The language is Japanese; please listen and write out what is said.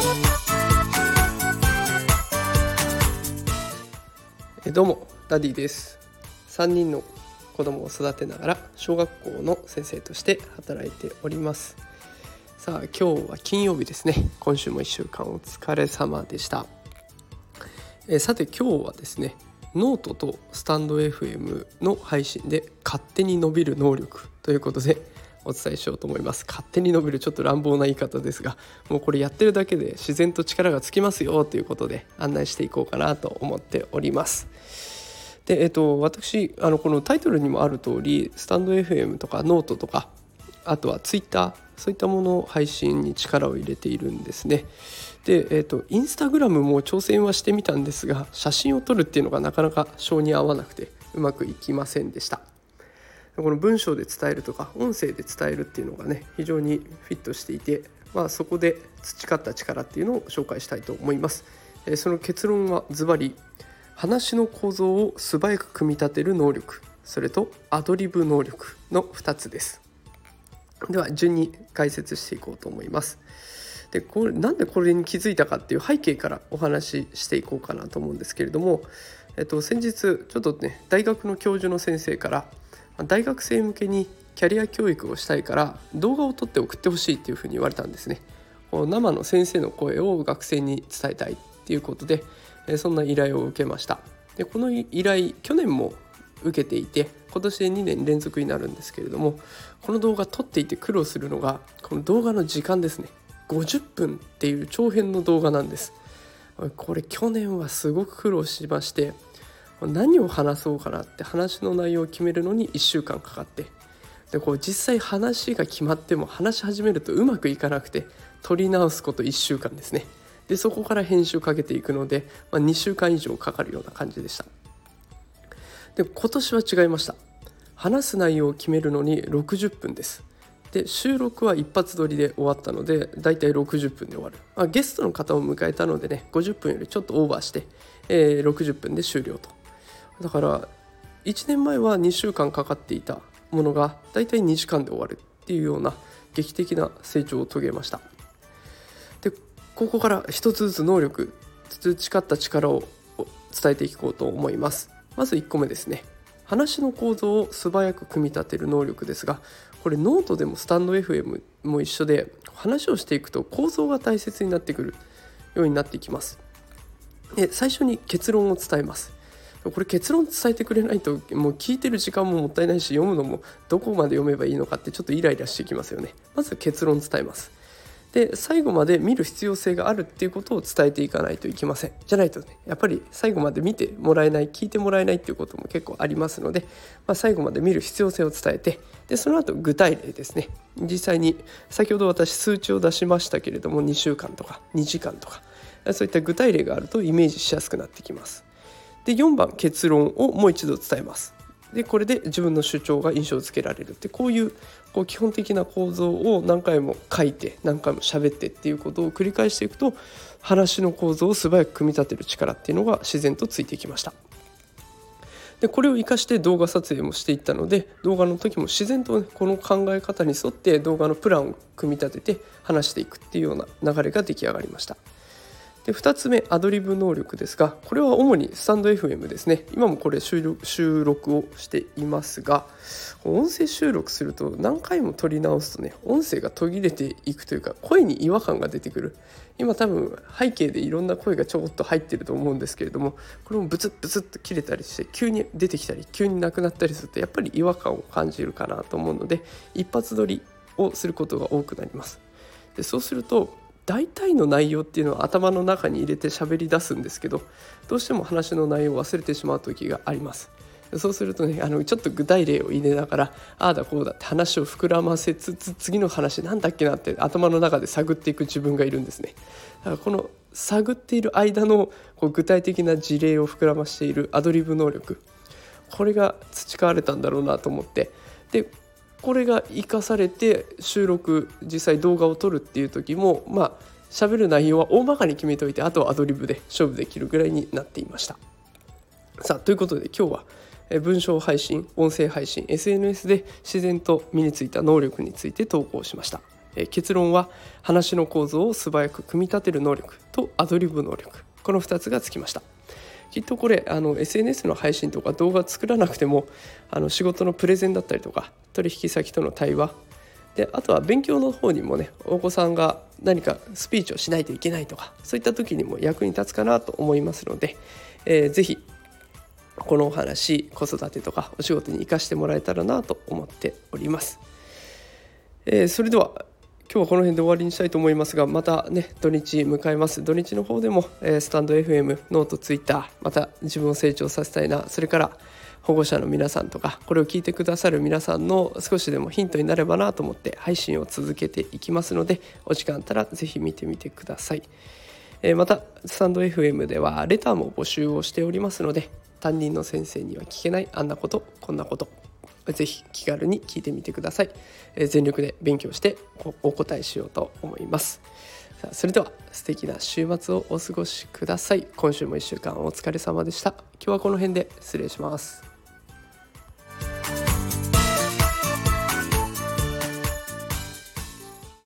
どうもダディです。3人の子供を育てながら小学校の先生として働いております。さあ今日は金曜日ですね。今週も1週間お疲れ様でした。さて今日はですね、ノートとスタンド FM の配信で勝手に伸びる能力ということでお伝えしようと思います。勝手に伸びる、ちょっと乱暴な言い方ですが、もうこれやってるだけで自然と力がつきますよということで案内していこうかなと思っております。で、私このタイトルにもある通り、スタンド FM とかノートとか、あとはツイッター、そういったものを配信に力を入れているんですね。で、インスタグラムも挑戦はしてみたんですが、写真を撮るっていうのがなかなか性に合わなくてうまくいきませんでした。この文章で伝えるとか音声で伝えるっていうのがね、非常にフィットしていて、そこで培った力っていうのを紹介したいと思います。その結論はズバリ、話の構造を素早く組み立てる能力、それとアドリブ能力の2つです。では順に解説していこうと思います。で、なんでこれに気づいたかっていう背景からお話ししていこうかなと思うんですけれども、先日ちょっとね、大学の教授の先生から大学生向けにキャリア教育をしたいから動画を撮って送ってほしいっていうふうに言われたんですね。生の先生の声を学生に伝えたいっていうことで、そんな依頼を受けました。で、この依頼去年も受けていて、今年で2年連続になるんですけれども、この動画撮っていて苦労するのがこの動画の時間ですね。50分っていう長編の動画なんです。これ去年はすごく苦労しまして、何を話そうかなって話の内容を決めるのに1週間かかって、で実際話が決まっても話し始めるとうまくいかなくて、撮り直すこと1週間ですね。でそこから編集かけていくので、2週間以上かかるような感じでした。で今年は違いました。話す内容を決めるのに60分です。で収録は一発撮りで終わったのでだいたい60分で終わる。ゲストの方を迎えたのでね、50分よりちょっとオーバーして、60分で終了と。だから1年前は2週間かかっていたものがだいたい2時間で終わるっていうような劇的な成長を遂げました。でここから一つずつ能力、培った力を伝えていこうと思います。まず1個目ですね。話の構造を素早く組み立てる能力ですが、これノートでもスタンド FM も一緒で、話をしていくと構造が大切になってくるようになっていきます。で最初に結論を伝えます。これ結論伝えてくれないともう聞いてる時間ももったいないし、読むのもどこまで読めばいいのかってちょっとイライラしてきますよね。まず結論伝えます。で最後まで見る必要性があるっていうことを伝えていかないといけません。じゃないとね、やっぱり最後まで見てもらえない、聞いてもらえないっていうことも結構ありますので、最後まで見る必要性を伝えて、でその後具体例ですね。実際に先ほど私数値を出しましたけれども、2週間とか2時間とか、そういった具体例があるとイメージしやすくなってきます。で4番、結論をもう一度伝えます。でこれで自分の主張が印象付けられるって、こういう基本的な構造を何回も書いて何回も喋ってっていうことを繰り返していくと、話の構造を素早く組み立てる力っていうのが自然とついてきました。でこれを生かして動画撮影もしていったので、動画の時も自然と、この考え方に沿って動画のプランを組み立てて話していくっていうような流れが出来上がりました。で2つ目、アドリブ能力ですが、これは主にスタンド FM ですね。今もこれ収録をしていますが、音声収録すると何回も撮り直すとね、音声が途切れていくというか、声に違和感が出てくる。今多分背景でいろんな声がちょこっと入ってると思うんですけれども、これもブツッブツッと切れたりして、急に出てきたり急になくなったりするとやっぱり違和感を感じるかなと思うので、一発撮りをすることが多くなります。でそうすると大体の内容っていうのは頭の中に入れて喋り出すんですけど、どうしても話の内容を忘れてしまう時があります。そうするとね、ちょっと具体例を入れながら、ああだこうだって話を膨らませつつ、次の話なんだっけなって頭の中で探っていく自分がいるんですね。だからこの探っている間の具体的な事例を膨らましているアドリブ能力、これが培われたんだろうなと思って、でこれが生かされて収録、実際動画を撮るっていう時も、喋る内容は大まかに決めておいて、あとはアドリブで勝負できるぐらいになっていました。さあということで今日は文章配信、音声配信、SNS で自然と身についた能力について投稿しました。 結論は話の構造を素早く組み立てる能力とアドリブ能力、この2つがつきました。きっとこれSNS の配信とか動画作らなくても仕事のプレゼンだったりとか取引先との対話で、あとは勉強の方にもね、お子さんが何かスピーチをしないといけないとか、そういった時にも役に立つかなと思いますので、ぜひこのお話、子育てとかお仕事に生かしてもらえたらなと思っております。それでは今日はこの辺で終わりにしたいと思いますが、またね土日迎えます。土日の方でもスタンド FM、ノート、ツイッター、また自分を成長させたいな、それから保護者の皆さんとかこれを聞いてくださる皆さんの少しでもヒントになればなと思って配信を続けていきますので、お時間あったらぜひ見てみてください。またスタンド FM ではレターも募集をしておりますので、担任の先生には聞けないあんなことこんなこと、ぜひ気軽に聞いてみてください。全力で勉強してお答えしようと思います。さあ、それでは素敵な週末をお過ごしください。今週も1週間お疲れ様でした。今日はこの辺で失礼します。